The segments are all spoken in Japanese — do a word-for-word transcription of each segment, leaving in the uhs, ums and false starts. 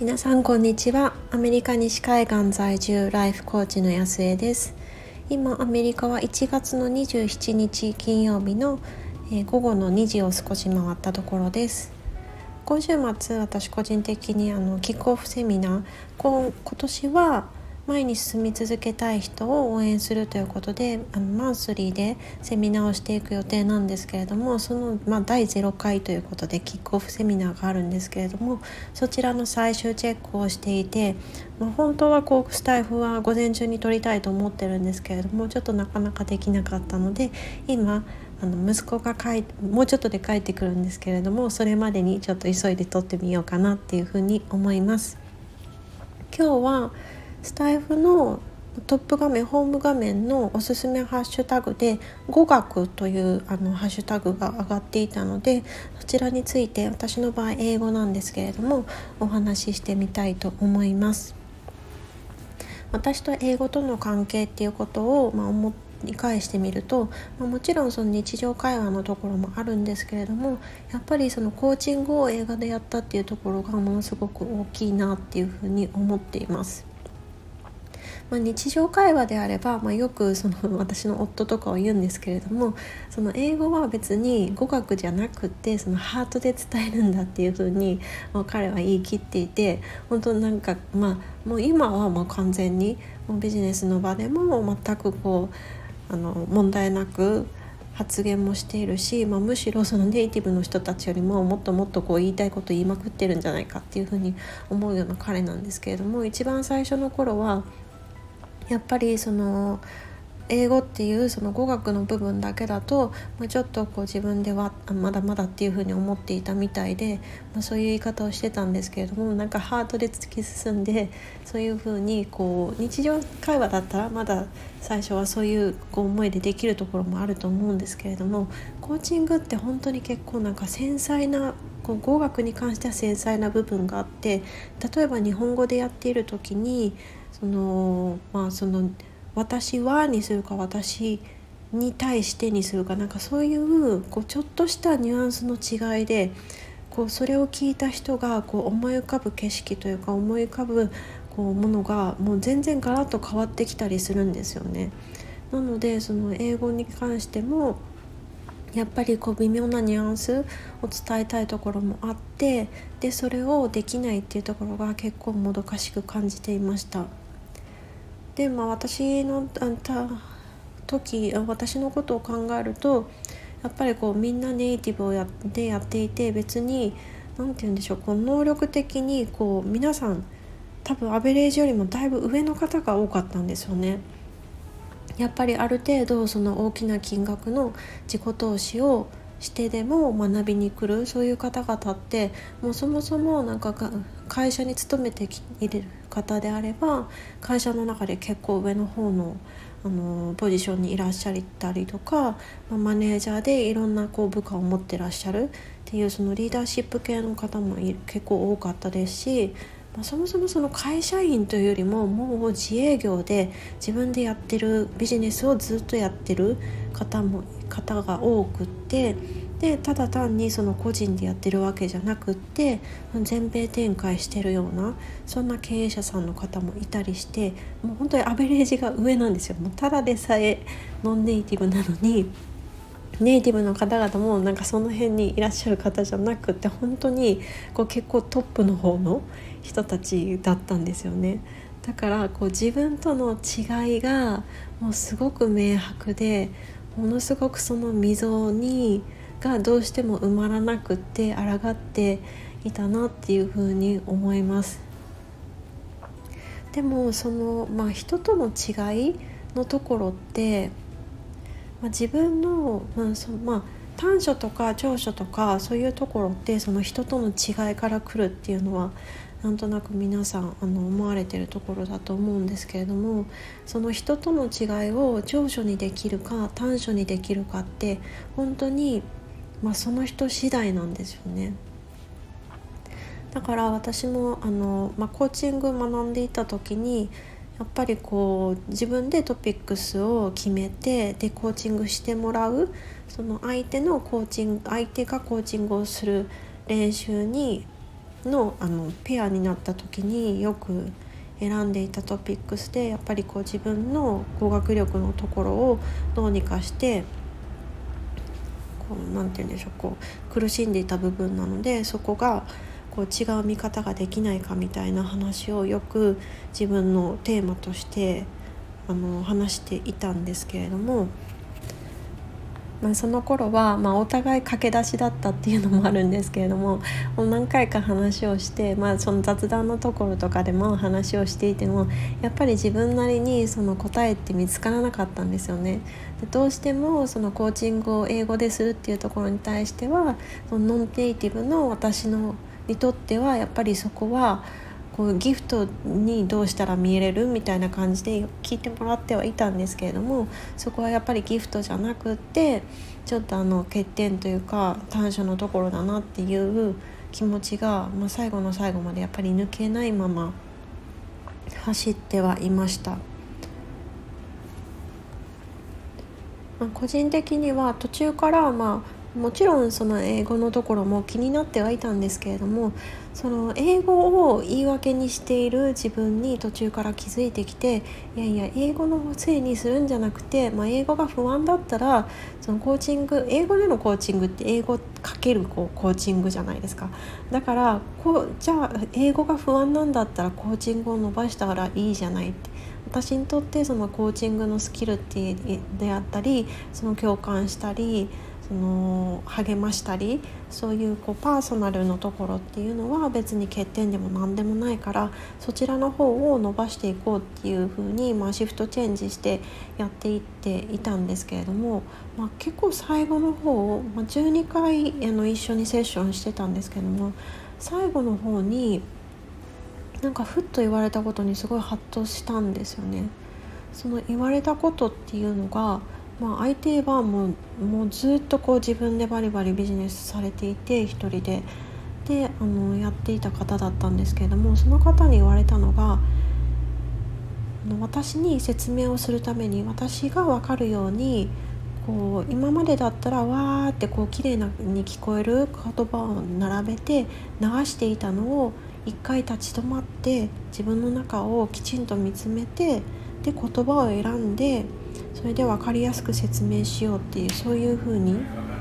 皆さんこんにちは。アメリカ西海岸在住ライフコーチの安江です。今アメリカはいちがつのにじゅうしちにち金曜日の、えー、午後のにじを少し回ったところです。今週末私個人的にあのキックオフセミナー今、今年は前に進み続けたい人を応援するということであのマンスリーでセミナーをしていく予定なんですけれども、その、まあ、だいゼロかいということでキックオフセミナーがあるんですけれども、そちらの最終チェックをしていて、まあ、本当はこうスタイフは午前中に撮りたいと思ってるんですけれども、ちょっとなかなかできなかったので、今あの息子が帰もうちょっとで帰ってくるんですけれども、それまでにちょっと急いで撮ってみようかなっていうふうに思います。今日はスタイフのトップ画面ホーム画面のおすすめハッシュタグで語学というあのハッシュタグが上がっていたので、そちらについて私の場合英語なんですけれどもお話ししてみたいと思います。私と英語との関係っていうことを、まあ、思理解してみると、まあ、もちろんその日常会話のところもあるんですけれども、やっぱりそのコーチングを映画でやったっていうところがものすごく大きいなっていうふうに思っています。まあ、日常会話であれば、まあ、よくその私の夫とかを言うんですけれども、その英語は別に語学じゃなくてそのハートで伝えるんだっていうふうに、まあ、彼は言い切っていて、本当なんかまあもう今はもう完全にもうビジネスの場でも全くこうあの問題なく発言もしているし、まあ、むしろそのネイティブの人たちよりももっともっとこう言いたいこと言いまくってるんじゃないかっていうふうに思うような彼なんですけれども、一番最初の頃はやっぱりその英語っていうその語学の部分だけだと、まあ、ちょっとこう自分ではまだまだっていうふうに思っていたみたいで、まあ、そういう言い方をしてたんですけれども、なんかハートで突き進んで、そういうふうにこう日常会話だったらまだ最初はそういうこう思いでできるところもあると思うんですけれども、コーチングって本当に結構なんか繊細なこう語学に関しては繊細な部分があって、例えば日本語でやっている時にそのまあその私はにするか私に対してにするか、なんかそういう、こうちょっとしたニュアンスの違いで、こうそれを聞いた人がこう思い浮かぶ景色というか思い浮かぶこうものがもう全然ガラッと変わってきたりするんですよね。なのでその英語に関してもやっぱりこう微妙なニュアンスを伝えたいところもあって、でそれをできないっていうところが結構もどかしく感じていました。で、まあ、私のあんた時私のことを考えると、やっぱりこうみんなネイティブをやってやっていて、別に何て言うんでしょう、こう能力的にこう皆さん多分アベレージよりもだいぶ上の方が多かったんですよね。やっぱりある程度その大きな金額の自己投資をしてでも学びに来る、そういう方々ってもうそもそもなんか会社に勤めている方であれば会社の中で結構上の方のあのポジションにいらっしゃったりとか、まあ、マネージャーでいろんなこう部下を持ってらっしゃるっていうそのリーダーシップ系の方も結構多かったですし、まあ、そもそもその会社員というよりももう自営業で自分でやってるビジネスをずっとやってる方も方が多くって、でただ単にその個人でやってるわけじゃなくって、全米展開してるようなそんな経営者さんの方もいたりして、もう本当にアベレージが上なんですよ。もうただでさえノンネイティブなのに、ネイティブの方々もなんかその辺にいらっしゃる方じゃなくって、本当にこう結構トップの方の人たちだったんですよね。だからこう自分との違いがもうすごく明白で、ものすごくその溝にがどうしても埋まらなくって抗っていたなっていうふうに思います。でもその、まあ、人との違いのところって、まあ、自分の、まあそまあ、短所とか長所とかそういうところってその人との違いから来るっていうのはなんとなく皆さんあの思われているところだと思うんですけれども、その人との違いを長所にできるか短所にできるかって本当に、まあ、その人次第なんですよね。だから私もあの、まあ、コーチングを学んでいた時にやっぱりこう自分でトピックスを決めて、でコーチングしてもらう、その相手のコーチング相手がコーチングをする練習にの、あのペアになった時によく選んでいたトピックスで、やっぱりこう自分の語学力のところをどうにかしてこうなんて言うんでしょう、こう苦しんでいた部分なので、そこがこう違う見方ができないかみたいな話をよく自分のテーマとしてあの話していたんですけれども、まあ、その頃は、まあ、お互い駆け出しだったっていうのもあるんですけれども、もう何回か話をして、まあ、その雑談のところとかでも話をしていても、やっぱり自分なりにその答えって見つからなかったんですよね。でどうしてもそのコーチングを英語でするっていうところに対しては、そのノンネイティブの私のにとってはやっぱりそこはこうギフトにどうしたら見えれるみたいな感じで聞いてもらってはいたんですけれども、そこはやっぱりギフトじゃなくってちょっとあの欠点というか短所のところだなっていう気持ちが、まあ、最後の最後までやっぱり抜けないまま走ってはいました。まあ、個人的には途中からまあもちろんその英語のところも気になってはいたんですけれども、その英語を言い訳にしている自分に途中から気づいてきて、いやいや英語のせいにするんじゃなくて、まあ、英語が不安だったらそのコーチング、英語でのコーチングって英語かけるこうコーチングじゃないですか。だからこうじゃあ英語が不安なんだったらコーチングを伸ばしたらいいじゃないって、私にとってそのコーチングのスキルってであったり、その共感したりその励ましたり、そういうこうパーソナルのところっていうのは別に欠点でも何でもないから、そちらの方を伸ばしていこうっていう風に、まあ、シフトチェンジしてやっていっていたんですけれども、まあ、結構最後の方、まあ、じゅうにかいあの一緒にセッションしてたんですけども、最後の方になんかふっと言われたことにすごいハッとしたんですよね。その言われたことっていうのが、まあ、相手はもう、もうずっとこう自分でバリバリビジネスされていて一人でであのやっていた方だったんですけれども、その方に言われたのが、私に説明をするために私が分かるようにこう今までだったらわーってこう綺麗に聞こえる言葉を並べて流していたのを一回立ち止まって自分の中をきちんと見つめて、で言葉を選んでそれで分かりやすく説明しようっていう、そういう風に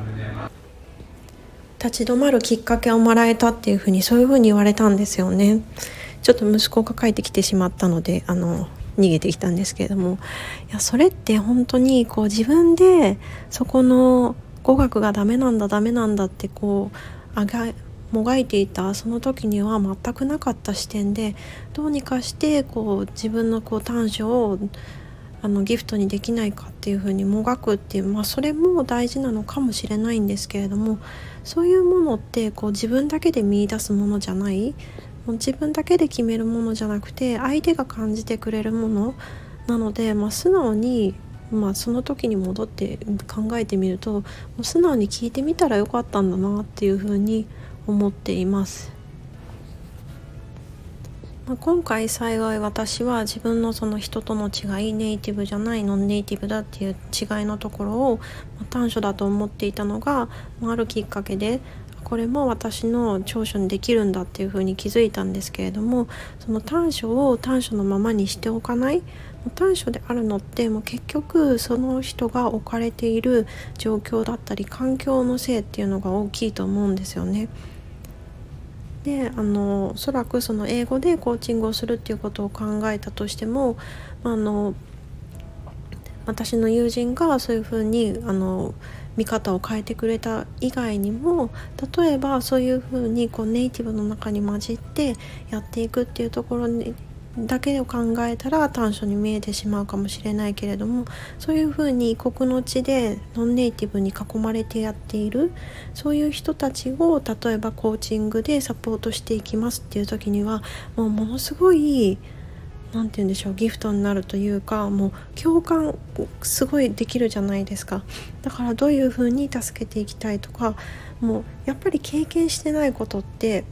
立ち止まるきっかけをもらえたっていう風に、そういう風に言われたんですよね。ちょっと息子が帰ってきてしまったのであの逃げてきたんですけれども、いやそれって本当にこう自分でそこの語学がダメなんだダメなんだってこうあがもがいていたその時には全くなかった視点で、どうにかしてこう自分のこう短所をあのギフトにできないかっていうふうにもがくっていう、まあ、それも大事なのかもしれないんですけれども、そういうものってこう自分だけで見出すものじゃない、もう自分だけで決めるものじゃなくて相手が感じてくれるものなので、まあ、素直に、まあ、その時に戻って考えてみると、もう素直に聞いてみたらよかったんだなっていうふうに思っています。まあ、今回幸い私は自分のその人との違い、ネイティブじゃないノンネイティブだっていう違いのところを、まあ、短所だと思っていたのが、まあ、あるきっかけでこれも私の長所にできるんだっていうふうに気づいたんですけれども、その短所を短所のままにしておかない、短所であるのってもう結局その人が置かれている状況だったり環境のせいっていうのが大きいと思うんですよね。であのおそらくその英語でコーチングをするっていうことを考えたとしても、あの私の友人がそういうふうにあの見方を変えてくれた以外にも、例えばそういうふうにこうネイティブの中に混じってやっていくっていうところにだけを考えたら短所に見えてしまうかもしれないけれども、そういうふうに異国の地でノンネイティブに囲まれてやっているそういう人たちを例えばコーチングでサポートしていきますっていう時には、もうものすごいなんて言うんでしょう、ギフトになるというか、もう共感すごいできるじゃないですか。だからどういうふうに助けていきたいとか、もうやっぱり経験してないことって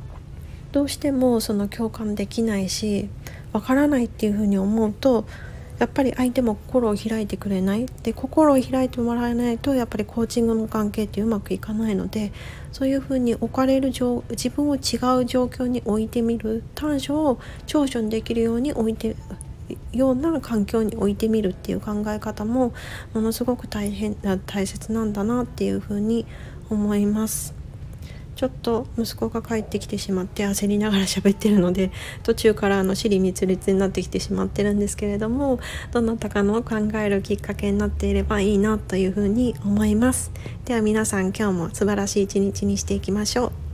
どうしてもその共感できないしわからないっていうふうに思うと、 やっぱり相手も心を開いてくれないで、心を開いてもらえないとやっぱりコーチングの関係ってうまくいかないので、そういうふうに置かれる状自分を違う状況に置いてみる、短所を長所にできるように置いてような環境に置いてみるっていう考え方もものすごく大変大切なんだなっていうふうに思います。ちょっと息子が帰ってきてしまって焦りながら喋ってるので、途中からあの尻滅裂になってきてしまってるんですけれども、どなたかの考えるきっかけになっていればいいなというふうに思います。では皆さん、今日も素晴らしい一日にしていきましょう。